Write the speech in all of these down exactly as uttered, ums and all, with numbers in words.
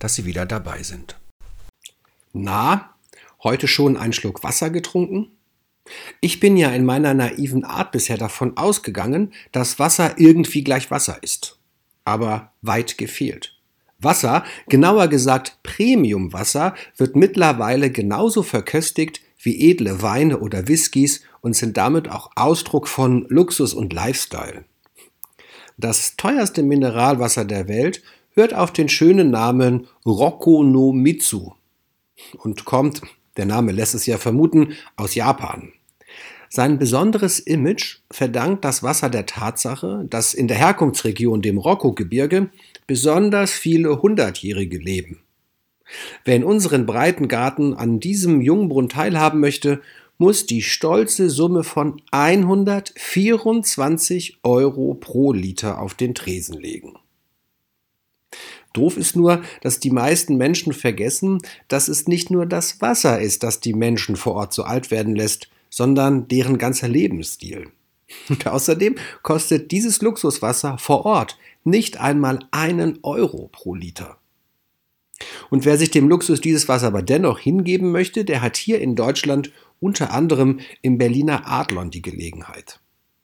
dass Sie wieder dabei sind. Na, heute schon einen Schluck Wasser getrunken? Ich bin ja in meiner naiven Art bisher davon ausgegangen, dass Wasser irgendwie gleich Wasser ist. Aber weit gefehlt. Wasser, genauer gesagt Premiumwasser, wird mittlerweile genauso verköstigt wie edle Weine oder Whiskys und sind damit auch Ausdruck von Luxus und Lifestyle. Das teuerste Mineralwasser der Welt hört auf den schönen Namen Rokko no Mitsu und kommt, der Name lässt es ja vermuten, aus Japan. Sein besonderes Image verdankt das Wasser der Tatsache, dass in der Herkunftsregion, dem Rokko-Gebirge, besonders viele Hundertjährige leben. Wer in unseren Breitengarten an diesem Jungbrunnen teilhaben möchte, muss die stolze Summe von hundertvierundzwanzig Euro pro Liter auf den Tresen legen. Doof ist nur, dass die meisten Menschen vergessen, dass es nicht nur das Wasser ist, das die Menschen vor Ort so alt werden lässt, sondern deren ganzer Lebensstil. Und außerdem kostet dieses Luxuswasser vor Ort nicht einmal einen Euro pro Liter. Und wer sich dem Luxus dieses Wasser aber dennoch hingeben möchte, der hat hier in Deutschland unter anderem im Berliner Adlon die Gelegenheit.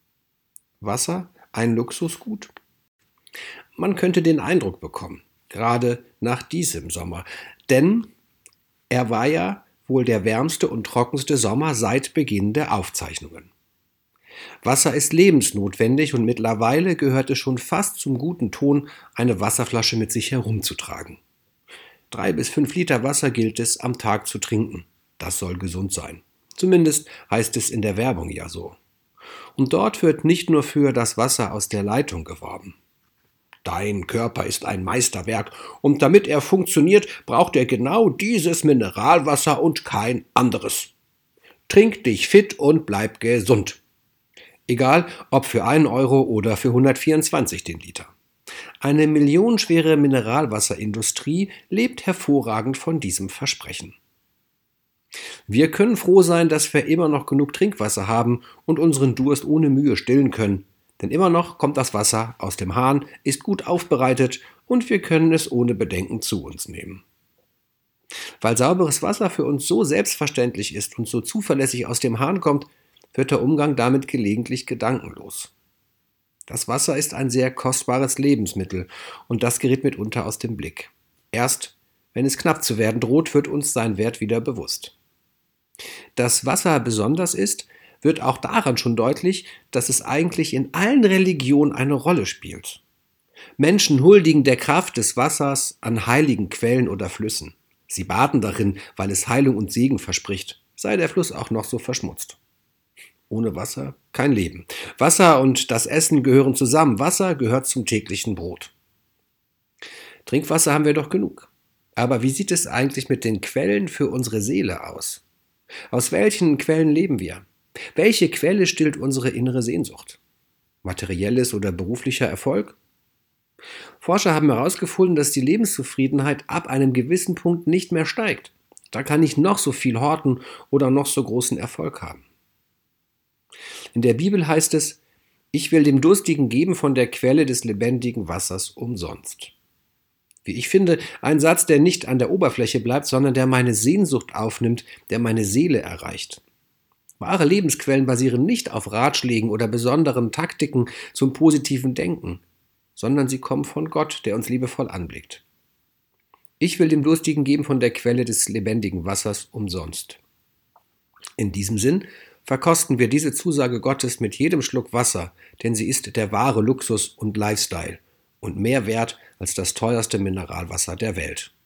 Wasser ein Luxusgut? Man könnte den Eindruck bekommen, gerade nach diesem Sommer, denn er war ja wohl der wärmste und trockenste Sommer seit Beginn der Aufzeichnungen. Wasser ist lebensnotwendig und mittlerweile gehört es schon fast zum guten Ton, eine Wasserflasche mit sich herumzutragen. Drei bis fünf Liter Wasser gilt es am Tag zu trinken. Das soll gesund sein. Zumindest heißt es in der Werbung ja so. Und dort wird nicht nur für das Wasser aus der Leitung geworben. Dein Körper ist ein Meisterwerk und damit er funktioniert, braucht er genau dieses Mineralwasser und kein anderes. Trink dich fit und bleib gesund. Egal, ob für einen Euro oder für hundertvierundzwanzig den Liter. Eine millionenschwere Mineralwasserindustrie lebt hervorragend von diesem Versprechen. Wir können froh sein, dass wir immer noch genug Trinkwasser haben und unseren Durst ohne Mühe stillen können. Denn immer noch kommt das Wasser aus dem Hahn, ist gut aufbereitet und wir können es ohne Bedenken zu uns nehmen. Weil sauberes Wasser für uns so selbstverständlich ist und so zuverlässig aus dem Hahn kommt, wird der Umgang damit gelegentlich gedankenlos. Das Wasser ist ein sehr kostbares Lebensmittel und das gerät mitunter aus dem Blick. Erst wenn es knapp zu werden droht, wird uns sein Wert wieder bewusst. Dass Wasser besonders ist, wird auch daran schon deutlich, dass es eigentlich in allen Religionen eine Rolle spielt. Menschen huldigen der Kraft des Wassers an heiligen Quellen oder Flüssen. Sie baden darin, weil es Heilung und Segen verspricht, sei der Fluss auch noch so verschmutzt. Ohne Wasser kein Leben. Wasser und das Essen gehören zusammen. Wasser gehört zum täglichen Brot. Trinkwasser haben wir doch genug. Aber wie sieht es eigentlich mit den Quellen für unsere Seele aus? Aus welchen Quellen leben wir? Welche Quelle stillt unsere innere Sehnsucht? Materielles oder beruflicher Erfolg? Forscher haben herausgefunden, dass die Lebenszufriedenheit ab einem gewissen Punkt nicht mehr steigt. Da kann ich noch so viel horten oder noch so großen Erfolg haben. In der Bibel heißt es, ich will dem Durstigen geben von der Quelle des lebendigen Wassers umsonst. Wie ich finde, ein Satz, der nicht an der Oberfläche bleibt, sondern der meine Sehnsucht aufnimmt, der meine Seele erreicht. Wahre Lebensquellen basieren nicht auf Ratschlägen oder besonderen Taktiken zum positiven Denken, sondern sie kommen von Gott, der uns liebevoll anblickt. Ich will dem Durstigen geben von der Quelle des lebendigen Wassers umsonst. In diesem Sinn verkosten wir diese Zusage Gottes mit jedem Schluck Wasser, denn sie ist der wahre Luxus und Lifestyle und mehr wert als das teuerste Mineralwasser der Welt.